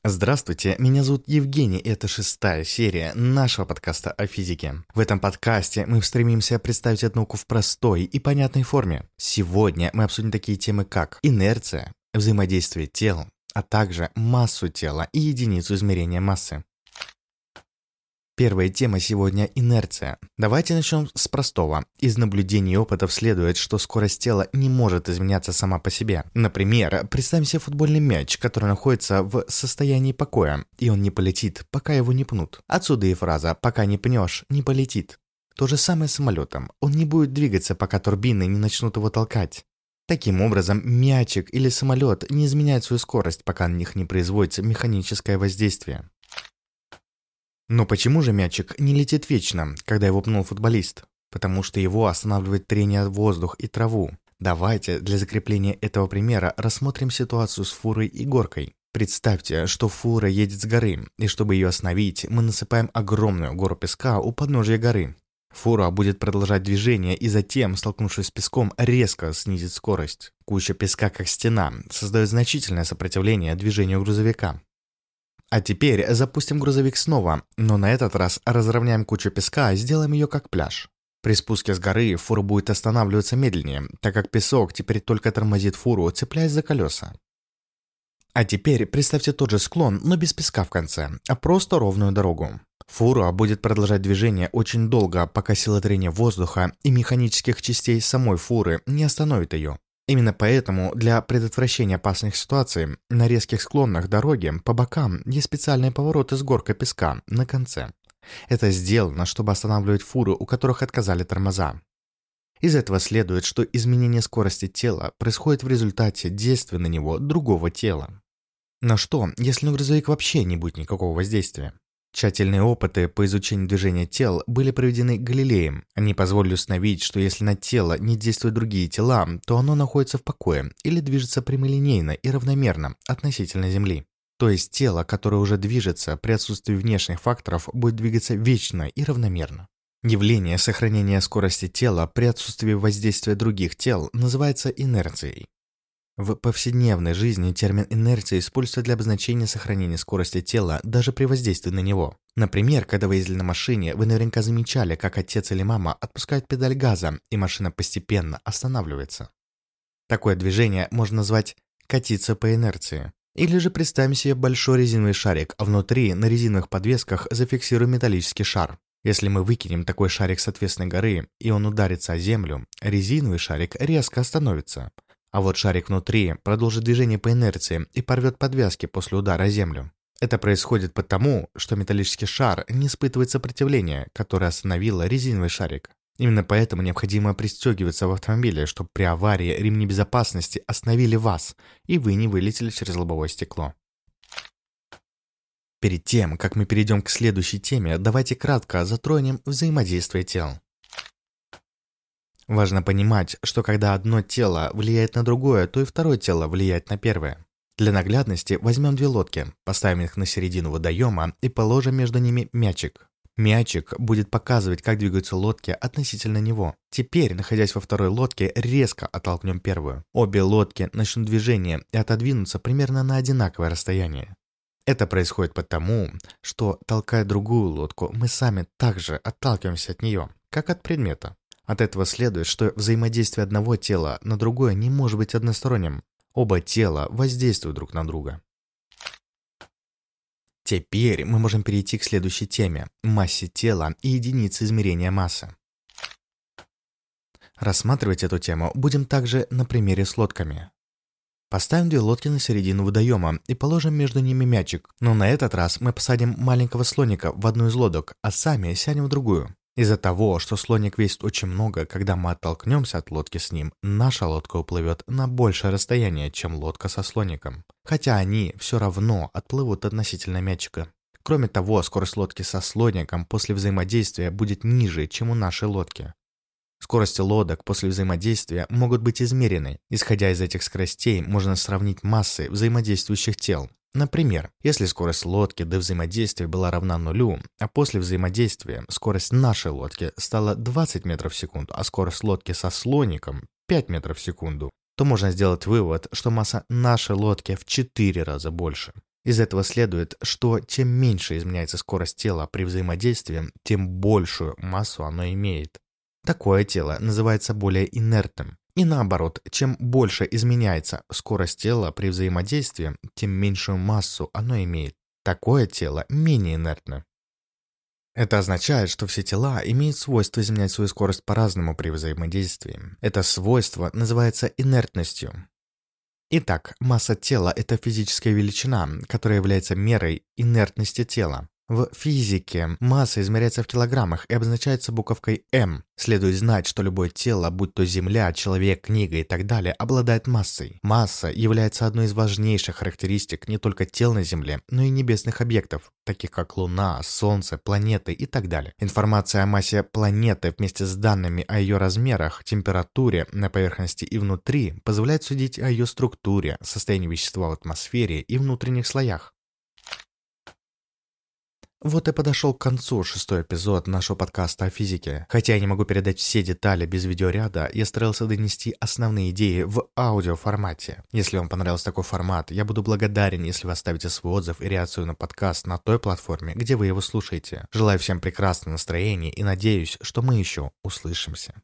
Здравствуйте, меня зовут Евгений, и это 6-я серия нашего подкаста о физике. В этом подкасте мы стремимся представить эту науку в простой и понятной форме. Сегодня мы обсудим такие темы, как инерция, взаимодействие тел, а также массу тела и единицу измерения массы. Первая тема сегодня – инерция. Давайте начнем с простого. Из наблюдений и опытов следует, что скорость тела не может изменяться сама по себе. Например, представим себе футбольный мяч, который находится в состоянии покоя, и он не полетит, пока его не пнут. Отсюда и фраза «пока не пнешь, не полетит». То же самое с самолетом. Он не будет двигаться, пока турбины не начнут его толкать. Таким образом, мячик или самолет не изменяют свою скорость, пока на них не производится механическое воздействие. Но почему же мячик не летит вечно, когда его пнул футболист? Потому что его останавливает трение о воздух и траву. Давайте для закрепления этого примера рассмотрим ситуацию с фурой и горкой. Представьте, что фура едет с горы, и чтобы ее остановить, мы насыпаем огромную гору песка у подножия горы. Фура будет продолжать движение и затем, столкнувшись с песком, резко снизит скорость. Куча песка, как стена, создает значительное сопротивление движению грузовика. А теперь запустим грузовик снова, но на этот раз разровняем кучу песка и сделаем ее как пляж. При спуске с горы фура будет останавливаться медленнее, так как песок теперь только тормозит фуру, цепляясь за колеса. А теперь представьте тот же склон, но без песка в конце, а просто ровную дорогу. Фура будет продолжать движение очень долго, пока сила трения воздуха и механических частей самой фуры не остановит ее. Именно поэтому для предотвращения опасных ситуаций на резких склонах дороги по бокам есть специальные повороты с горкой песка на конце. Это сделано, чтобы останавливать фуры, у которых отказали тормоза. Из этого следует, что изменение скорости тела происходит в результате действия на него другого тела. Но что, если на грузовик вообще не будет никакого воздействия? Тщательные опыты по изучению движения тел были проведены Галилеем. Они позволили установить, что если на тело не действуют другие тела, то оно находится в покое или движется прямолинейно и равномерно относительно Земли. То есть тело, которое уже движется при отсутствии внешних факторов, будет двигаться вечно и равномерно. Явление сохранения скорости тела при отсутствии воздействия других тел называется инерцией. В повседневной жизни термин инерция используется для обозначения сохранения скорости тела даже при воздействии на него. Например, когда вы ездили на машине, вы наверняка замечали, как отец или мама отпускают педаль газа, и машина постепенно останавливается. Такое движение можно назвать «катиться по инерции». Или же представим себе большой резиновый шарик, а внутри на резиновых подвесках зафиксируем металлический шар. Если мы выкинем такой шарик с отвесной горы, и он ударится о землю, резиновый шарик резко остановится. А вот шарик внутри продолжит движение по инерции и порвет подвески после удара о землю. Это происходит потому, что металлический шар не испытывает сопротивления, которое остановило резиновый шарик. Именно поэтому необходимо пристегиваться в автомобиле, чтобы при аварии ремни безопасности остановили вас, и вы не вылетели через лобовое стекло. Перед тем, как мы перейдем к следующей теме, давайте кратко затронем взаимодействие тел. Важно понимать, что когда одно тело влияет на другое, то и второе тело влияет на первое. Для наглядности возьмем две лодки, поставим их на середину водоема и положим между ними мячик. Мячик будет показывать, как двигаются лодки относительно него. Теперь, находясь во второй лодке, резко оттолкнем первую. Обе лодки начнут движение и отодвинутся примерно на одинаковое расстояние. Это происходит потому, что, толкая другую лодку, мы сами также отталкиваемся от нее, как от предмета. От этого следует, что взаимодействие одного тела на другое не может быть односторонним. Оба тела воздействуют друг на друга. Теперь мы можем перейти к следующей теме – массе тела и единице измерения массы. Рассматривать эту тему будем также на примере с лодками. Поставим две лодки на середину водоема и положим между ними мячик, но на этот раз мы посадим маленького слоника в одну из лодок, а сами сядем в другую. Из-за того, что слоник весит очень много, когда мы оттолкнемся от лодки с ним, наша лодка уплывет на большее расстояние, чем лодка со слоником. Хотя они все равно отплывут относительно мячика. Кроме того, скорость лодки со слоником после взаимодействия будет ниже, чем у нашей лодки. Скорости лодок после взаимодействия могут быть измерены. Исходя из этих скоростей, можно сравнить массы взаимодействующих тел. Например, если скорость лодки до взаимодействия была равна нулю, а после взаимодействия скорость нашей лодки стала 20 метров в секунду, а скорость лодки со слоником 5 метров в секунду, то можно сделать вывод, что масса нашей лодки в 4 раза больше. Из этого следует, что чем меньше изменяется скорость тела при взаимодействии, тем большую массу оно имеет. Такое тело называется более инертным. И наоборот, чем больше изменяется скорость тела при взаимодействии, тем меньшую массу оно имеет. Такое тело менее инертно. Это означает, что все тела имеют свойство изменять свою скорость по-разному при взаимодействии. Это свойство называется инертностью. Итак, масса тела – это физическая величина, которая является мерой инертности тела. В физике масса измеряется в килограммах и обозначается буковкой М. Следует знать, что любое тело, будь то Земля, человек, книга и так далее, обладает массой. Масса является одной из важнейших характеристик не только тел на Земле, но и небесных объектов, таких как Луна, Солнце, планеты и так далее. Информация о массе планеты вместе с данными о ее размерах, температуре на поверхности и внутри позволяет судить о ее структуре, состоянии вещества в атмосфере и внутренних слоях. Вот и подошел к концу 6-й эпизод нашего подкаста о физике. Хотя я не могу передать все детали без видеоряда, я старался донести основные идеи в аудиоформате. Если вам понравился такой формат, я буду благодарен, если вы оставите свой отзыв и реакцию на подкаст на той платформе, где вы его слушаете. Желаю всем прекрасного настроения и надеюсь, что мы еще услышимся.